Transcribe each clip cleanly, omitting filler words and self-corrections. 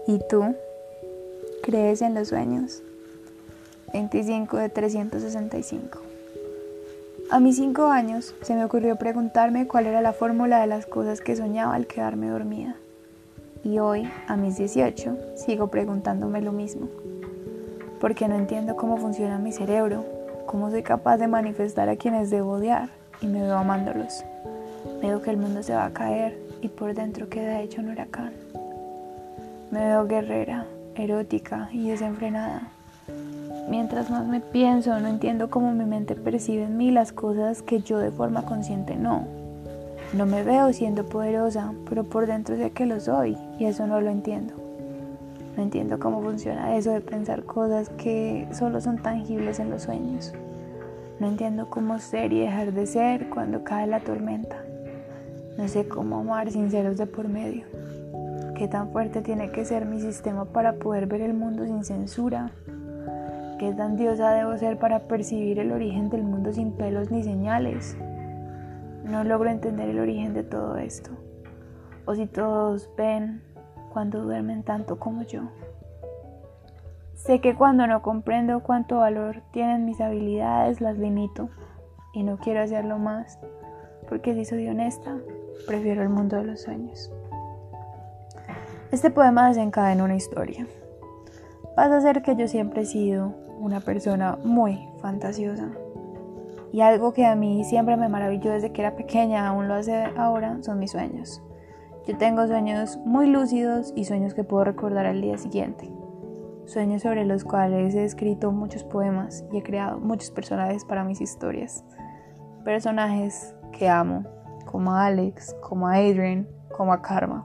¿Y tú? ¿Crees en los sueños? 25 de 365. A mis 5 años se me ocurrió preguntarme cuál era la fórmula de las cosas que soñaba al quedarme dormida. Y hoy, a mis 18, sigo preguntándome lo mismo. Porque no entiendo cómo funciona mi cerebro, cómo soy capaz de manifestar a quienes debo odiar y me veo amándolos. Veo que el mundo se va a caer y por dentro queda hecho un huracán. Me veo guerrera, erótica y desenfrenada. Mientras más me pienso, no entiendo cómo mi mente percibe en mí las cosas que yo de forma consciente no. No me veo siendo poderosa, pero por dentro sé que lo soy y eso no lo entiendo. No entiendo cómo funciona eso de pensar cosas que solo son tangibles en los sueños. No entiendo cómo ser y dejar de ser cuando cae la tormenta. No sé cómo amar sin celos de por medio. ¿Qué tan fuerte tiene que ser mi sistema para poder ver el mundo sin censura? ¿Qué tan diosa debo ser para percibir el origen del mundo sin pelos ni señales? No logro entender el origen de todo esto. O si todos ven cuando duermen tanto como yo. Sé que cuando no comprendo cuánto valor tienen mis habilidades, las limito. Y no quiero hacerlo más, porque si soy honesta, prefiero el mundo de los sueños. Este poema desencadena una historia. Pasa a ser que yo siempre he sido una persona muy fantasiosa. Y algo que a mí siempre me maravilló desde que era pequeña, aún lo hace ahora, son mis sueños. Yo tengo sueños muy lúcidos y sueños que puedo recordar al día siguiente. Sueños sobre los cuales he escrito muchos poemas y he creado muchos personajes para mis historias. Personajes que amo, como a Alex, como a Adrian, como a Karma.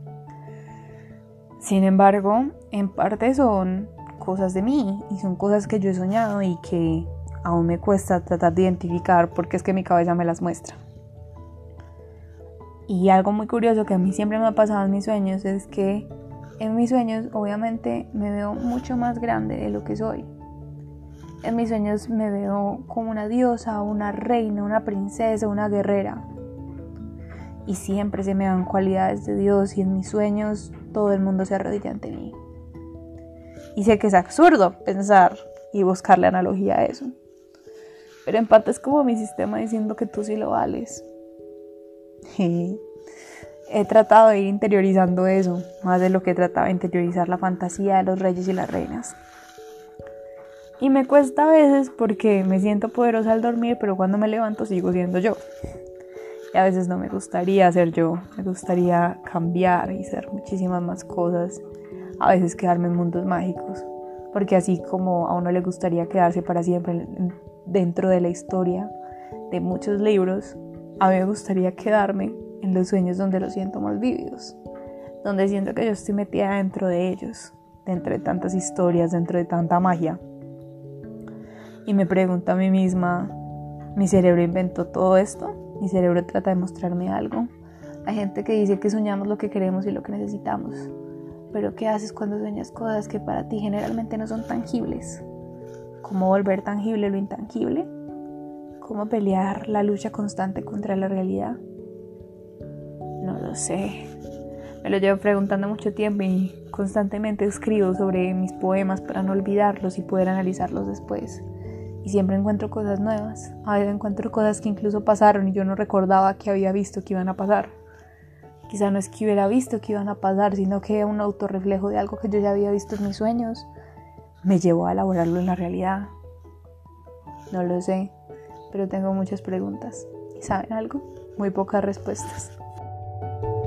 Sin embargo, en parte son cosas de mí y son cosas que yo he soñado y que aún me cuesta tratar de identificar porque es que mi cabeza me las muestra. Y algo muy curioso que a mí siempre me ha pasado en mis sueños es que en mis sueños obviamente me veo mucho más grande de lo que soy. En mis sueños me veo como una diosa, una reina, una princesa, una guerrera. Y siempre se me dan cualidades de Dios y en mis sueños todo el mundo se arrodilla ante mí. Y sé que es absurdo pensar y buscarle analogía a eso. Pero en parte es como mi sistema diciendo que tú sí lo vales. Y he tratado de ir interiorizando eso, más de lo que trataba de interiorizar la fantasía de los reyes y las reinas. Y me cuesta a veces porque me siento poderosa al dormir, pero cuando me levanto sigo siendo yo. Y a veces no me gustaría ser yo, me gustaría cambiar y ser muchísimas más cosas. A veces quedarme en mundos mágicos, porque así como a uno le gustaría quedarse para siempre dentro de la historia de muchos libros, a mí me gustaría quedarme en los sueños donde los siento más vívidos, donde siento que yo estoy metida dentro de ellos, dentro de tantas historias, dentro de tanta magia. Y me pregunto a mí misma, ¿mi cerebro inventó todo esto? ¿Mi cerebro trata de mostrarme algo? Hay gente que dice que soñamos lo que queremos y lo que necesitamos. Pero ¿qué haces cuando sueñas cosas que para ti generalmente no son tangibles? ¿Cómo volver tangible lo intangible? ¿Cómo pelear la lucha constante contra la realidad? No lo sé. Me lo llevo preguntando mucho tiempo y constantemente escribo sobre mis poemas para no olvidarlos y poder analizarlos después. Y siempre encuentro cosas nuevas. A veces encuentro cosas que incluso pasaron y yo no recordaba que había visto que iban a pasar. Quizá no es que hubiera visto que iban a pasar, sino que un autorreflejo de algo que yo ya había visto en mis sueños me llevó a elaborarlo en la realidad. No lo sé, pero tengo muchas preguntas. ¿Y saben algo? Muy pocas respuestas.